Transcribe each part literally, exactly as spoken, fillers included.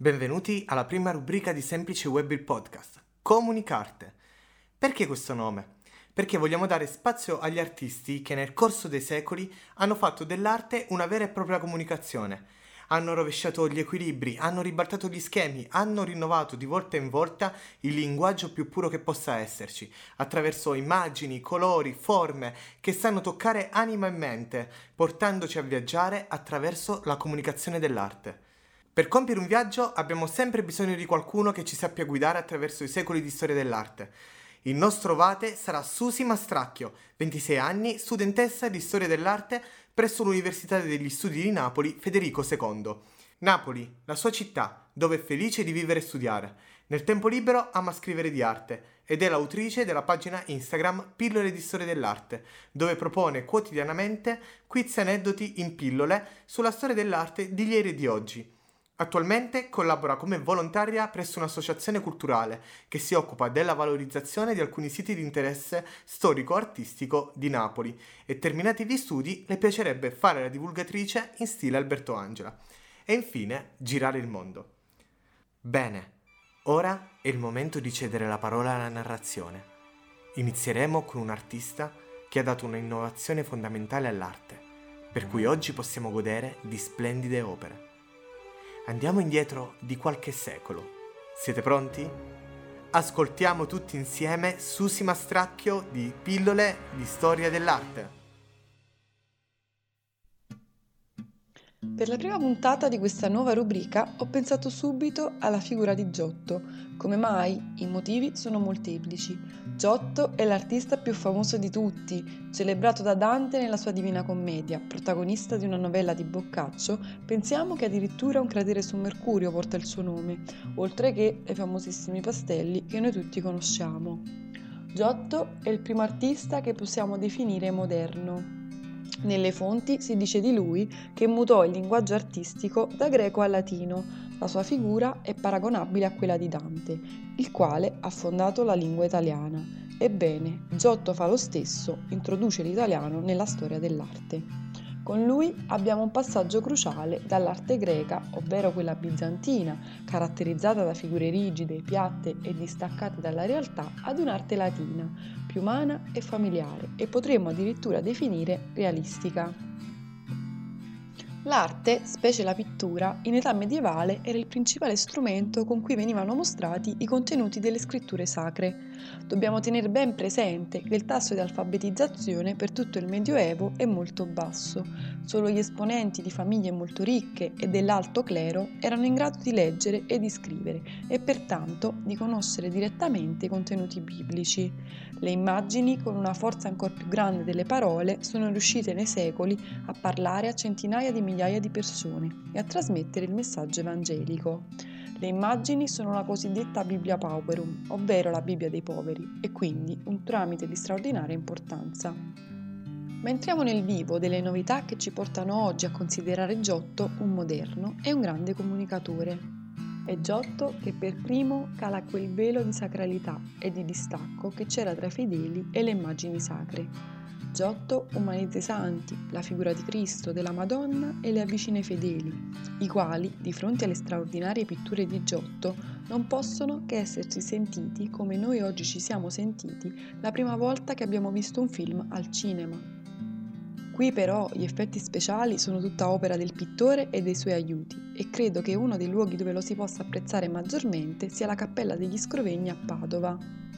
Benvenuti alla prima rubrica di Semplice Web il podcast, Comunicarte. Perché questo nome? Perché vogliamo dare spazio agli artisti che nel corso dei secoli hanno fatto dell'arte una vera e propria comunicazione. Hanno rovesciato gli equilibri, hanno ribaltato gli schemi, hanno rinnovato di volta in volta il linguaggio più puro che possa esserci, attraverso immagini, colori, forme che sanno toccare anima e mente, portandoci a viaggiare attraverso la comunicazione dell'arte. Per compiere un viaggio abbiamo sempre bisogno di qualcuno che ci sappia guidare attraverso i secoli di storia dell'arte. Il nostro vate sarà Susi Mastracchio, ventisei anni, studentessa di storia dell'arte presso l'Università degli Studi di Napoli Federico secondo. Napoli, la sua città, dove è felice di vivere e studiare. Nel tempo libero ama scrivere di arte ed è l'autrice della pagina Instagram Pillole di Storia dell'Arte, dove propone quotidianamente quiz e aneddoti in pillole sulla storia dell'arte di ieri e di oggi. Attualmente collabora come volontaria presso un'associazione culturale che si occupa della valorizzazione di alcuni siti di interesse storico-artistico di Napoli e, terminati gli studi, le piacerebbe fare la divulgatrice in stile Alberto Angela e infine girare il mondo. Bene, ora è il momento di cedere la parola alla narrazione. Inizieremo con un artista che ha dato un'innovazione fondamentale all'arte, per cui oggi possiamo godere di splendide opere. Andiamo indietro di qualche secolo. Siete pronti? Ascoltiamo tutti insieme Susi Mastracchio di Pillole di Storia dell'Arte. Per la prima puntata di questa nuova rubrica ho pensato subito alla figura di Giotto. Come mai? I motivi sono molteplici. Giotto è l'artista più famoso di tutti, celebrato da Dante nella sua Divina Commedia, protagonista di una novella di Boccaccio. Pensiamo che addirittura un cratere su Mercurio porta il suo nome, oltre che ai famosissimi pastelli che noi tutti conosciamo. Giotto è il primo artista che possiamo definire moderno. Nelle fonti si dice di lui che mutò il linguaggio artistico da greco al latino. La sua figura è paragonabile a quella di Dante, il quale ha fondato la lingua italiana. Ebbene, Giotto fa lo stesso, introduce l'italiano nella storia dell'arte. Con lui abbiamo un passaggio cruciale dall'arte greca, ovvero quella bizantina, caratterizzata da figure rigide, piatte e distaccate dalla realtà, ad un'arte latina, più umana e familiare, e potremmo addirittura definire realistica. L'arte, specie la pittura, in età medievale era il principale strumento con cui venivano mostrati i contenuti delle scritture sacre. Dobbiamo tenere ben presente che il tasso di alfabetizzazione per tutto il Medioevo è molto basso. Solo gli esponenti di famiglie molto ricche e dell'alto clero erano in grado di leggere e di scrivere e pertanto di conoscere direttamente i contenuti biblici. Le immagini, con una forza ancora più grande delle parole, sono riuscite nei secoli a parlare a centinaia di migliaia di persone e a trasmettere il messaggio evangelico. Le immagini sono la cosiddetta Biblia Pauperum, ovvero la Bibbia dei poveri, e quindi un tramite di straordinaria importanza. Ma entriamo nel vivo delle novità che ci portano oggi a considerare Giotto un moderno e un grande comunicatore. È Giotto che per primo cala quel velo di sacralità e di distacco che c'era tra i fedeli e le immagini sacre. Giotto umanizza i santi, la figura di Cristo, della Madonna e le avvicina ai fedeli, i quali, di fronte alle straordinarie pitture di Giotto, non possono che essersi sentiti come noi oggi ci siamo sentiti la prima volta che abbiamo visto un film al cinema. Qui però gli effetti speciali sono tutta opera del pittore e dei suoi aiuti e credo che uno dei luoghi dove lo si possa apprezzare maggiormente sia la Cappella degli Scrovegni a Padova.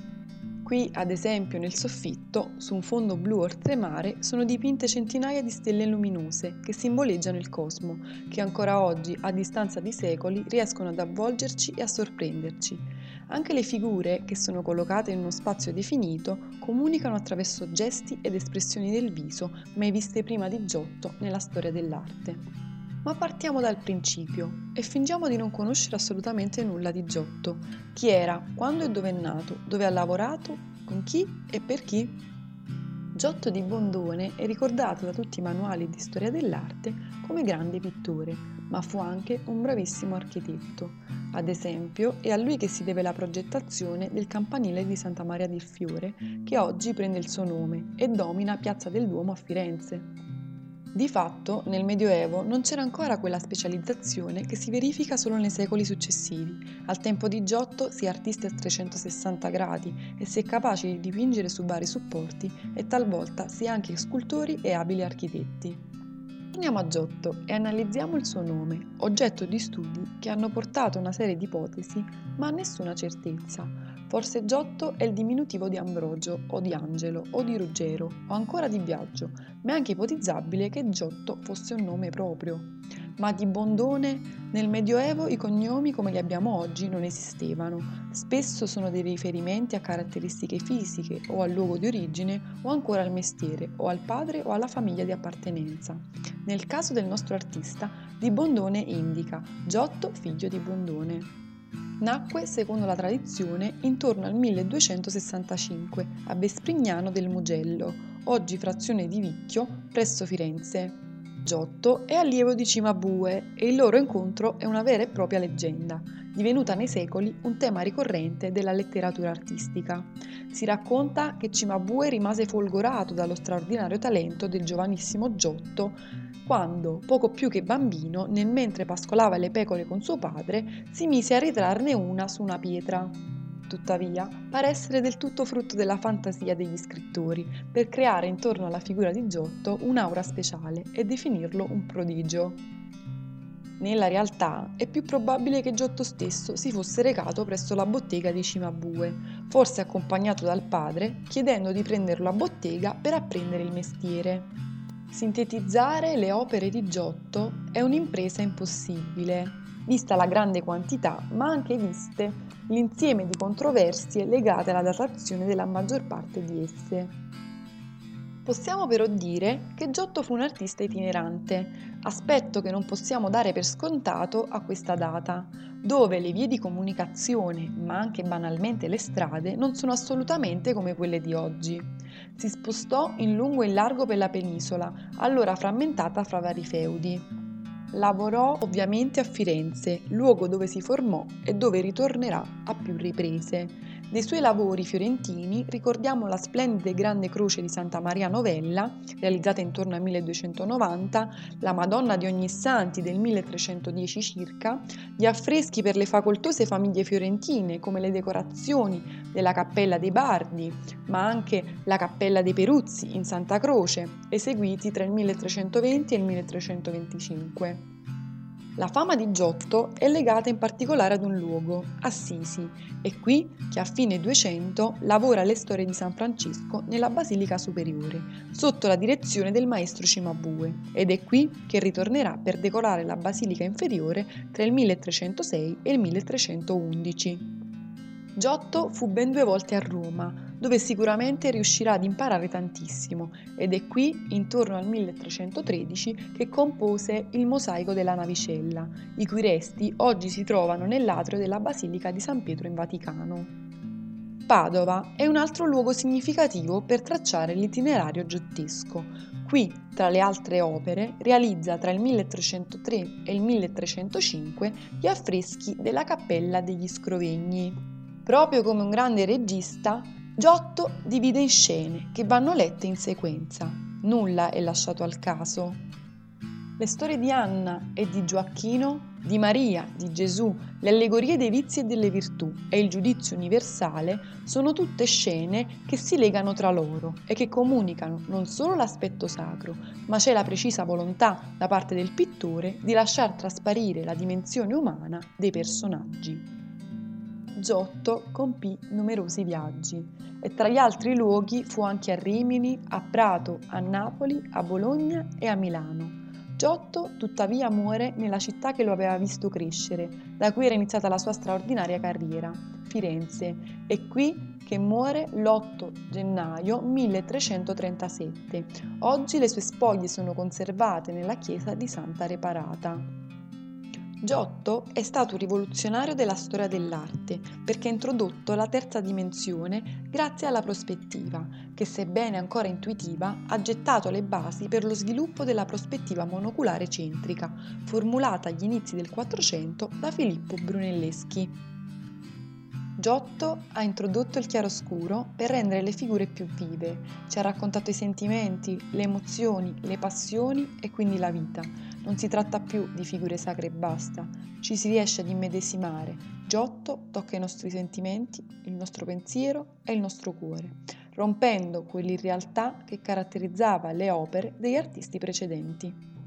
Qui, ad esempio, nel soffitto, su un fondo blu oltremare, sono dipinte centinaia di stelle luminose che simboleggiano il cosmo, che ancora oggi, a distanza di secoli, riescono ad avvolgerci e a sorprenderci. Anche le figure, che sono collocate in uno spazio definito, comunicano attraverso gesti ed espressioni del viso mai viste prima di Giotto nella storia dell'arte. Ma partiamo dal principio e fingiamo di non conoscere assolutamente nulla di Giotto. Chi era, quando e dove è nato, dove ha lavorato, con chi e per chi? Giotto di Bondone è ricordato da tutti i manuali di storia dell'arte come grande pittore, ma fu anche un bravissimo architetto. Ad esempio, è a lui che si deve la progettazione del campanile di Santa Maria del Fiore, che oggi prende il suo nome e domina Piazza del Duomo a Firenze. Di fatto, nel Medioevo non c'era ancora quella specializzazione che si verifica solo nei secoli successivi. Al tempo di Giotto si è artisti a trecentosessanta gradi e si è capaci di dipingere su vari supporti e talvolta si è anche scultori e abili architetti. Torniamo a Giotto e analizziamo il suo nome, oggetto di studi che hanno portato una serie di ipotesi, ma a nessuna certezza. Forse Giotto è il diminutivo di Ambrogio, o di Angelo, o di Ruggero, o ancora di Biagio, ma è anche ipotizzabile che Giotto fosse un nome proprio. Ma di Bondone, nel Medioevo i cognomi come li abbiamo oggi non esistevano. Spesso sono dei riferimenti a caratteristiche fisiche o al luogo di origine o ancora al mestiere o al padre o alla famiglia di appartenenza. Nel caso del nostro artista, di Bondone indica Giotto figlio di Bondone. Nacque, secondo la tradizione, intorno al milleduecentosessantacinque a Vesprignano del Mugello, oggi frazione di Vicchio, presso Firenze. Giotto è allievo di Cimabue e il loro incontro è una vera e propria leggenda, divenuta nei secoli un tema ricorrente della letteratura artistica. Si racconta che Cimabue rimase folgorato dallo straordinario talento del giovanissimo Giotto quando, poco più che bambino, nel mentre pascolava le pecore con suo padre, si mise a ritrarne una su una pietra. Tuttavia, pare essere del tutto frutto della fantasia degli scrittori, per creare intorno alla figura di Giotto un'aura speciale e definirlo un prodigio. Nella realtà è più probabile che Giotto stesso si fosse recato presso la bottega di Cimabue, forse accompagnato dal padre, chiedendo di prenderlo a bottega per apprendere il mestiere. Sintetizzare le opere di Giotto è un'impresa impossibile, vista la grande quantità, ma anche viste l'insieme di controversie legate alla datazione della maggior parte di esse. Possiamo però dire che Giotto fu un artista itinerante, aspetto che non possiamo dare per scontato a questa data, dove le vie di comunicazione, ma anche banalmente le strade, non sono assolutamente come quelle di oggi. Si spostò in lungo e in largo per la penisola, allora frammentata fra vari feudi. Lavorò ovviamente a Firenze, luogo dove si formò e dove ritornerà a più riprese. Dei suoi lavori fiorentini ricordiamo la splendida e grande croce di Santa Maria Novella, realizzata intorno al milleduecentonovanta, la Madonna di Ognissanti del milletrecentodieci circa, gli affreschi per le facoltose famiglie fiorentine come le decorazioni della Cappella dei Bardi, ma anche la Cappella dei Peruzzi in Santa Croce, eseguiti tra il milletrecentoventi e il milletrecentoventicinque. La fama di Giotto è legata in particolare ad un luogo, Assisi, è qui che a fine duecento lavora le storie di San Francesco nella Basilica Superiore, sotto la direzione del maestro Cimabue, ed è qui che ritornerà per decorare la Basilica Inferiore tra il milletrecentosei e il milletrecentoundici. Giotto fu ben due volte a Roma, dove sicuramente riuscirà ad imparare tantissimo, ed è qui, intorno al milletrecentotredici, che compose il mosaico della Navicella, i cui resti oggi si trovano nell'atrio della Basilica di San Pietro in Vaticano. Padova è un altro luogo significativo per tracciare l'itinerario giottesco. Qui, tra le altre opere, realizza tra il milletrecentotre e il milletrecentocinque gli affreschi della Cappella degli Scrovegni. Proprio come un grande regista, Giotto divide in scene che vanno lette in sequenza. Nulla è lasciato al caso. Le storie di Anna e di Gioacchino, di Maria, di Gesù, le allegorie dei vizi e delle virtù e il giudizio universale sono tutte scene che si legano tra loro e che comunicano non solo l'aspetto sacro, ma c'è la precisa volontà da parte del pittore di lasciar trasparire la dimensione umana dei personaggi. Giotto compì numerosi viaggi e tra gli altri luoghi fu anche a Rimini, a Prato, a Napoli, a Bologna e a Milano. Giotto tuttavia muore nella città che lo aveva visto crescere, da cui era iniziata la sua straordinaria carriera, Firenze, è qui che muore l'otto gennaio milletrecentotrentasette. Oggi le sue spoglie sono conservate nella chiesa di Santa Reparata. Giotto è stato un rivoluzionario della storia dell'arte perché ha introdotto la terza dimensione grazie alla prospettiva, che sebbene ancora intuitiva ha gettato le basi per lo sviluppo della prospettiva monoculare centrica, formulata agli inizi del Quattrocento da Filippo Brunelleschi. Giotto ha introdotto il chiaroscuro per rendere le figure più vive, ci ha raccontato i sentimenti, le emozioni, le passioni e quindi la vita. Non si tratta più di figure sacre e basta, ci si riesce ad immedesimare. Giotto tocca i nostri sentimenti, il nostro pensiero e il nostro cuore, rompendo quell'irrealtà che caratterizzava le opere degli artisti precedenti.